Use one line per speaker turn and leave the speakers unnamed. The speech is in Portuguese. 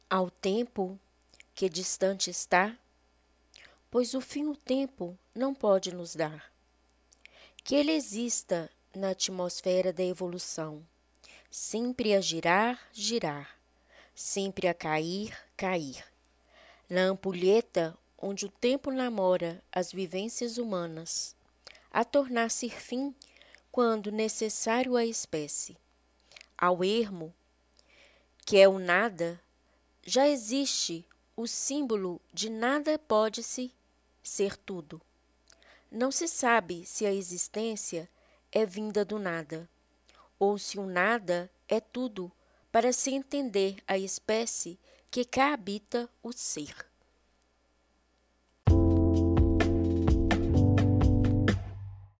ao tempo que distante está, pois o fim o tempo não pode nos dar. Que ele exista na atmosfera da evolução, sempre a girar, girar, sempre a cair, cair. Na ampulheta onde o tempo namora as vivências humanas, a tornar-se fim quando necessário à espécie. Ao ermo, que é o nada, já existe o símbolo de nada pode-se ser tudo. Não se sabe se a existência é vinda do nada, ou se o nada é tudo para se entender a espécie que cá habita o ser.